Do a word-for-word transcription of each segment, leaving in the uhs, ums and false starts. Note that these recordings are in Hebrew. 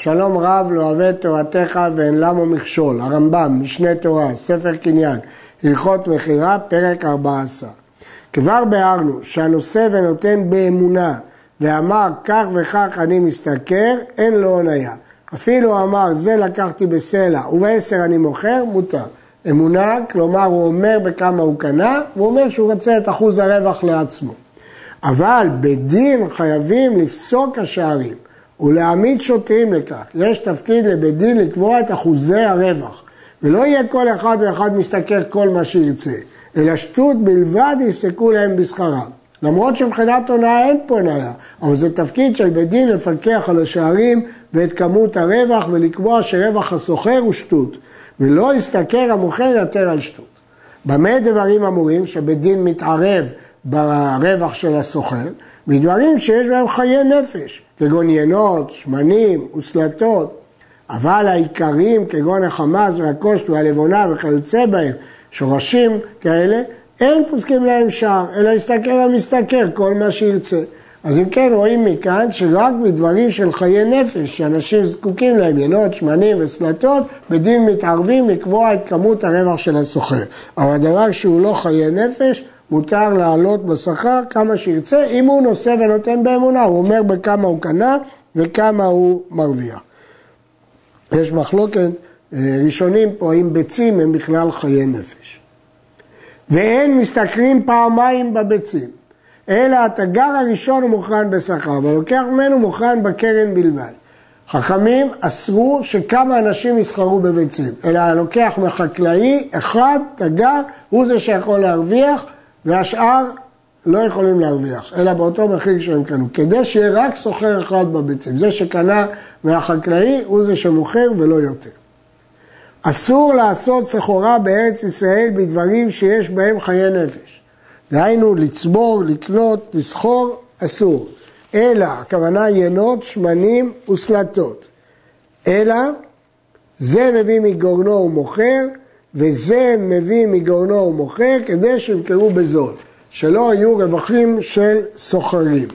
שלום רב לא אוהב תורתך ואין למו מכשול. הרמב"ם, משנה תורה, ספר קניין, הלכות מכירה, פרק ארבע עשרה. כבר ביארנו שהנושא ונותן באמונה ואמר כך וכך אני מסתכר, אין לו הונאה. אפילו אמר זה לקחתי בסלע ובעשר אני מוכר, מותר. אמונה, כלומר הוא אומר בכמה הוא קנה, הוא אומר שהוא רוצה את אחוז הרווח לעצמו. אבל בדין חייבים לפסוק השערים ולהעמיד שוטרים לכך. יש תפקיד לבית דין לקבוע את אחוזי הרווח, ולא יהיה כל אחד ואחד מסתכר כל מה שירצה, אלא שטות בלבד יפסקו להם בשכרם. למרות שמבחינת הונאה אין פה הונאה, אבל זה תפקיד של בית דין לפקח על השערים ואת כמות הרווח ולקבוע שרווח הסוחר הוא שטות, ולא יסתכר המוכר יותר על שטות. במה דברים אמורים שבית דין מתערב ברווח של הסוחר? בדברים שיש בהם חיי נפש, כגון ינות, שמנים וסלטות, אבל העיקרים כגון החמאס והקושט והלבונה וכיוצא בהם, שורשים כאלה, אין פוסקים להם שער, אלא יסתכל המסתכר כל מה שירצה. אז אם כן רואים מכאן שרק בדברים של חיי נפש, שאנשים זקוקים להם, ינות, שמנים וסלטות, בדין מתערבים לקבוע את כמות הרווח של הסוחר. אבל הדבר שהוא לא חיי נפש, מותר לעלות בשכר כמה שירצה, אם הוא נושא ונותן באמונה, הוא אומר בכמה הוא קנה וכמה הוא מרוויח. יש מחלוקת ראשונים פה, אם ביצים הם בכלל חיי נפש. ואין מסתכרים פעמיים בביצים, אלא התגר הראשון הוא מוכן בשכר, ולוקח ממנו מוכן בקרן בלבד. חכמים אסרו שכמה אנשים יסחרו בביצים, אלא הלוקח מחקלאי, אחד תגר, הוא זה שיכול להרוויח, והשאר לא יכולים להרוויח, אלא באותו מחיר שהם קנו, כדי שיהיה רק סוחר אחד בביצים. זה שקנה מהחקלאי הוא זה שמוכר ולא יותר. אסור לעשות סחורה בארץ ישראל בדברים שיש בהם חיי נפש. דהיינו לצבור, לקנות, לסחור, אסור. אלא, הכוונה ינות, שמנים וסלטות. אלא, זה מביא מגורנו ומוכר, וזה מביא מגורנו ומוכר, כדי שימכרו בזול. שלא יהיו רווחים של סוחרים.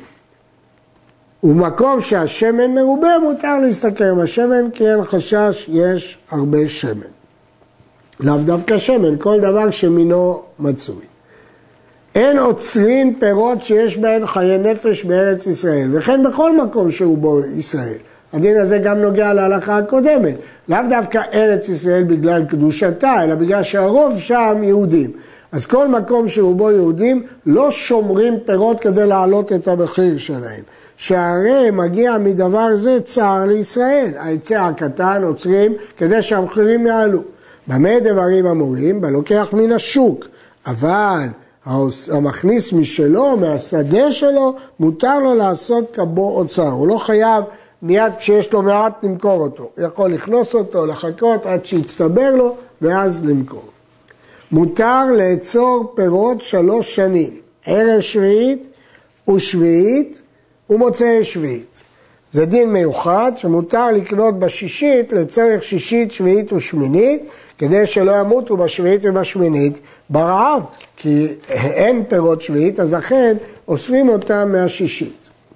ובמקום שהשמן מרובה מותר להסתכל בשמן, כי אין חשש, יש הרבה שמן. לאו דווקא שמן, כל דבר שמינו מצוי. אין עוצרין פירות שיש בהן חיי נפש בארץ ישראל, וכן בכל מקום שהוא בו ישראל. הדין הזה גם נוגע להלכה הקודמת. לאו דווקא ארץ ישראל בגלל קדושתה, אלא בגלל שהרוב שם יהודים. אז כל מקום שהוא בו יהודים לא שומרים פירות כדי להעלות את המחיר שלהם. שהרי מגיע מדבר זה צער לישראל. ההיצע הקטן עוצרים כדי שהמחירים יעלו. במה דברים אמורים? בלוקח מן השוק. אבל המכניס משלו, מהשדה שלו, מותר לו לעשות כבו אוצר. הוא לא חייב מיד כשיש לו מעט למכור אותו. הוא יכול לכנוס אותו, לחכות עד שיצטבר לו ואז למכור. מותר לאצור פירות שלוש שנים, ערב שביעית ושביעית ומוצאי שביעית. זה דין מיוחד שמותר לקנות בשישית לצורך שישית, שביעית ושמינית, כדי שלא ימותו בשביעית ובשמינית ברעב, כי אין פירות שביעית, אז לכן אוספים אותם מהשישית.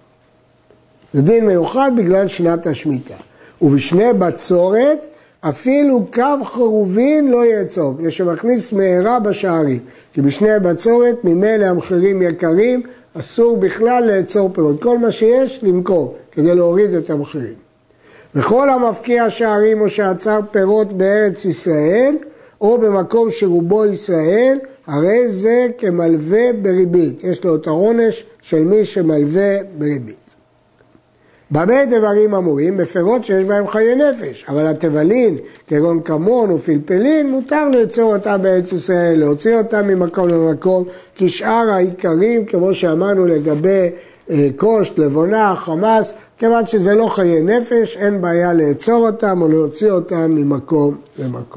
זה דין מיוחד בגלל שנת השמיטה. ובשני בצורת, אפילו קו חרובין לא יעצור, כדי שמכניס מהרה בשערים. כי בשני בצורת ממילא המחירים יקרים, אסור בכלל לעצור פירות. כל מה שיש למכור, כדי להוריד את המחירים. וכל המפקיע שערים או שעצר פירות בארץ ישראל, או במקום שרובו ישראל, הרי זה כמלווה בריבית. יש לו את העונש של מי שמלווה בריבית. במה דברים אמורים? בפירות שיש בהם חיי נפש, אבל התבלין, כגון כמון ופלפלין, מותר ליצור אותם בארץ ישראל, להוציא אותם ממקום למקום, כי שאר העיקרים, כמו שאמרנו לגבי אה, קושט, לבונה, חמאס, כיוון שזה לא חיי נפש, אין בעיה ליצור אותם או להוציא אותם ממקום למקום.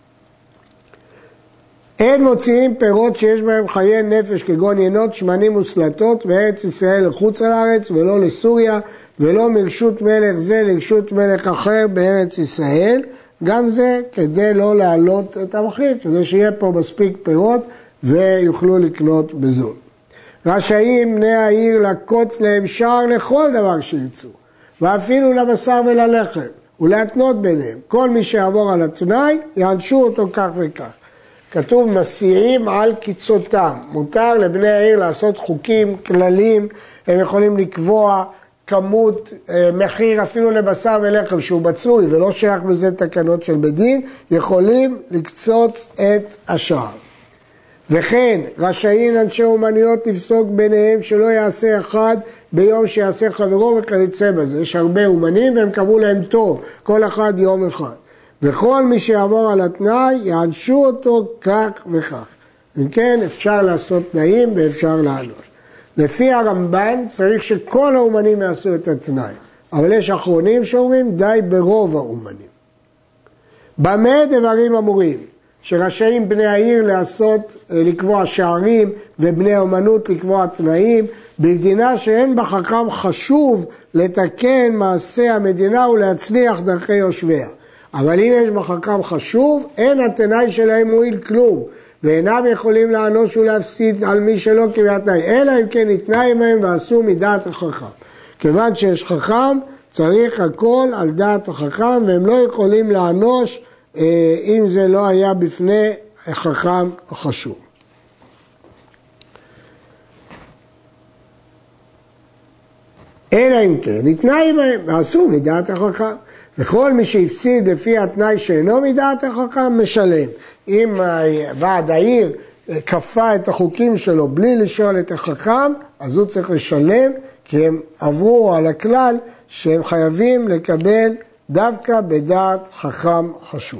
אין מוציאים פירות שיש בהם חיי נפש, כגון ינות, שמנים וסלטות, בארץ ישראל לחוץ על הארץ ולא לסוריה, ולא מרשות מלך זה לרשות מלך אחר בארץ ישראל, גם זה כדי לא להעלות את המחיר, כדי שיהיה פה מספיק פירות ויוכלו לקנות בזול. רשאים בני העיר לקוץ להם שער לכל דבר שירצו, ואפילו לבשר וללחם, ולהתנות ביניהם. כל מי שיעבור על התנאי, יענשו אותו כך וכך. כתוב מסיעים על קיצותם. מותר לבני העיר לעשות חוקים, כללים, הם יכולים לקבוע כמות, מחיר אפילו לבשר ולחם שהוא בצוי ולא שייך בזה תקנות של בית דין, יכולים לקצוץ את השער. וכן רשאים אנשי אומנויות לפסוק ביניהם שלא יעשה אחד ביום שיעשה חברו וכיוצא בזה. יש הרבה אומנים והם קבעו להם טוב, כל אחד יום אחד. וכל מי שיעבור על התנאי יענשו אותו כך וכך. אם כן אפשר לעשות תנאים ואפשר לענוש. לפי הרמב"ן צריך שכל האומנים יעשו את התנאי, אבל יש אחרונים שאומרים די ברוב האומנים. במה דברים אמורים? שרשאים בני העיר לעשות, לקבוע שערים ובני אומנות לקבוע תנאים, במדינה שאין בה חכם חשוב לתקן מעשה המדינה ולהצליח דרכי יושביה. אבל אם יש בה חכם חשוב, אין התנאי שלהם מועיל כלום, ואינם יכולים לענוש ולהפסיד על מי שלא קבע תנאי, אלא אם כן ניתנה עמהם ועשו מדעת החכם. כיוון שיש חכם, צריך הכל על דעת החכם, והם לא יכולים לענוש אם זה לא היה בפני החכם החשוב. אלא אם כן ניתנה עמהם ועשו מדעת החכם. וכל מי שהפסיד לפי התנאי שאינו מדעת החכם משלם. אם ועד העיר כפה את החוקים שלו בלי לשאול את החכם, אז הוא צריך לשלם, כי הם עברו על הכלל שהם חייבים לקבל דווקא בדעת חכם חשוב.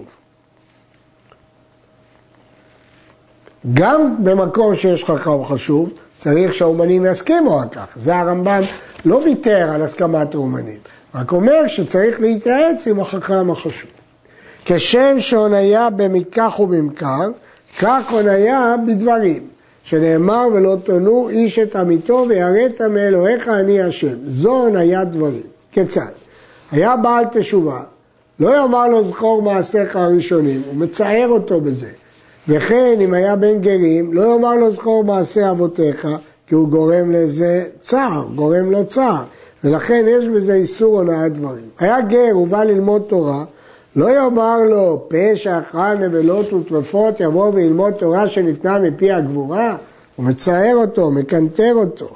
גם במקום שיש חכם חשוב, צריך שהאומנים יסכימו על כך. זה הרמב"ן לא ויתר על הסכמת האומנים. רק אומר שצריך להתייעץ עם החכם החשוב. כשם שהוניה במיקח ובמקר, כך הוניה בדברים, שנאמר ולא תונו איש את עמיתו ויראת מאלוהיך אני השם. זו הוניית דברים. כיצד? היה בעל תשובה, לא יאמר לו זכור מעשיך הראשונים, הוא מצער אותו בזה. וכן אם היה בן גרים, לא יאמר לו זכור מעשי אבותיך, כי הוא גורם לזה צער, גורם לו צער. ולכן יש בזה איסור הונאת דברים. היה גר, הוא בא ללמוד תורה, לא יאמר לו פשע, אכל, נבלות וטרפות, יבוא וילמוד תורה שניתנה מפי הגבורה, הוא מצער אותו, מקנטר אותו.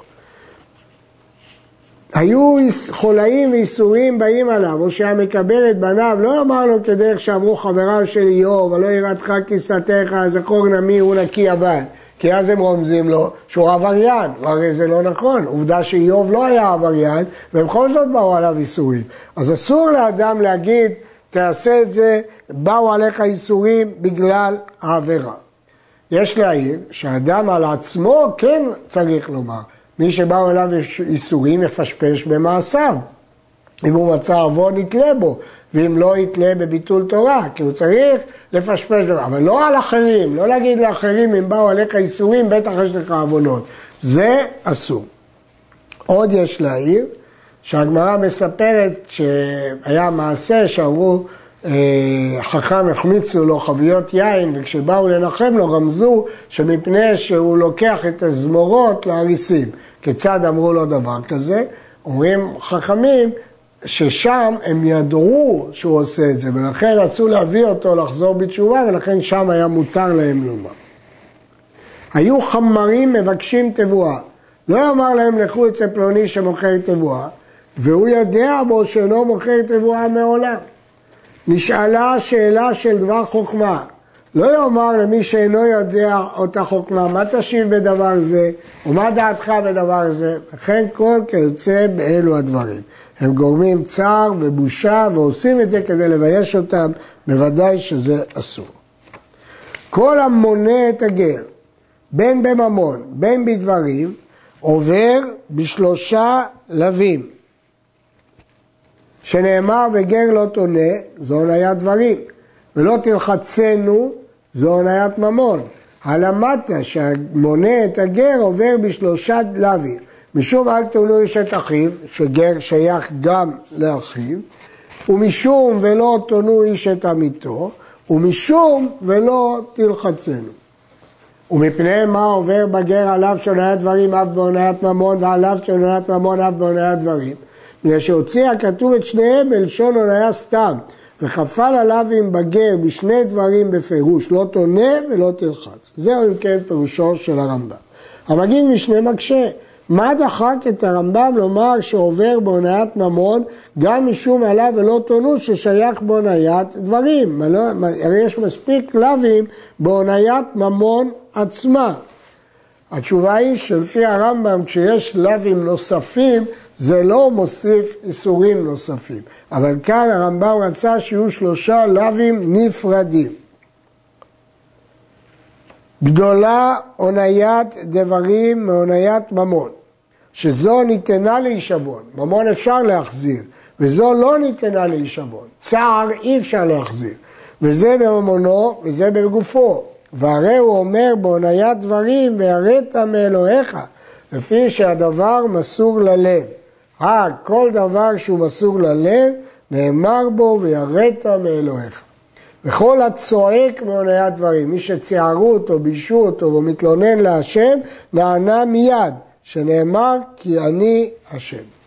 היו חולאים ואיסורים באים עליו, או שהיה מקבל את בניו, לא אמר לו כדרך שאמרו חבריו של איוב, ולא יראתך כסלתך, זכור נמי הוא נקי אבל. כי אז הם רומזים לו שהוא עבריין, והרי זה לא נכון. עובדה שאיוב לא היה עבריין, ובכל זאת באו עליו איסורים. אז אסור לאדם להגיד, תעשה את זה, באו עליך איסורים בגלל העבירה. יש להעיר שהאדם על עצמו כן צריך לומר, מי שבאו אליו איסורים יפשפש במעשיו. אם הוא מצא עוון יתלה בו, ואם לא יתלה בביטול תורה, כי הוא צריך לפשפש בו. אבל לא על אחרים, לא להגיד לאחרים אם באו עליך איסורים, בטח יש לך עוונות. זה אסור. עוד יש להעיר, שהגמרא מספרת שהיה מעשה שאמרו, חכם החמיצו לו חביות יין, וכשבאו לנחם לו רמזו שמפני שהוא לוקח את הזמורות להריסים. כיצד אמרו לו דבר כזה? אומרים חכמים ששם הם ידעו שהוא עושה את זה, ולכן רצו להביא אותו לחזור בתשובה, ולכן שם היה מותר להם לומר. היו חמרים מבקשים תבואה. לא אמר להם לכו אצל פלוני שמוכר תבואה, והוא יודע בו שאינו מוכר תבואה מעולם. נשאלה שאלה של דבר חוכמה. לא יאמר למי שאינו יודע אותה חוכמה, מה תשיב בדבר זה, ומה דעתך בדבר זה. לכן כל כיוצא באלו הדברים. הם גורמים צער ובושה ועושים את זה כדי לבייש אותם, בוודאי שזה אסור. כל המונה את הגר, בין בממון, בין בדברים, עובר בשלושה לווים. שנאמר וגר לא תונה, זו הוניית דברים, ולא תלחצנו, זו הוניית ממון. הלמדת שהמונה את הגר עובר בשלושה לווים. משום אל תונו איש את אחיו, שגר שייך גם לאחיו, ומשום ולא תונו איש את עמיתו, ומשום ולא תלחצנו. ומפני מה עובר בגר עליו שהוניית דברים אף בהוניית ממון, ועליו שהוניית ממון אף בהוניית דברים. בגלל שהוציא הכתוב את שניהם בלשון הונאה סתם, וחפל עליו עם בגר בשני דברים בפירוש, לא תונה ולא תלחץ. זהו אם כן פירושו של הרמב"ם. המגיד משנה מקשה, מה דחק את הרמב"ם לומר שעובר בהוניית ממון, גם משום עליו ולא תונו ששייך בהוניית דברים? הרי יש מספיק לאווים בהוניית ממון עצמה. התשובה היא שלפי הרמב"ם כשיש לאווים נוספים, זה לא מוסיף איסורים נוספים. אבל כאן הרמב"ם רצה שיהיו שלושה לאווים נפרדים. גדולה הוניית דברים מהוניית ממון, שזו ניתנה להישבון, ממון אפשר להחזיר, וזו לא ניתנה להישבון, צער אי אפשר להחזיר, וזה בממונו וזה בגופו, והרי הוא אומר בהוניית דברים ויראת מאלוהיך, לפי שהדבר מסור ללב. אה, כל דבר שהוא מסור ללב, נאמר בו ויראת מאלוהיך. וכל הצועק מהוניית דברים, מי שציערו אותו, בישו אותו ומתלונן להשם, נענה מיד, שנאמר כי אני השם.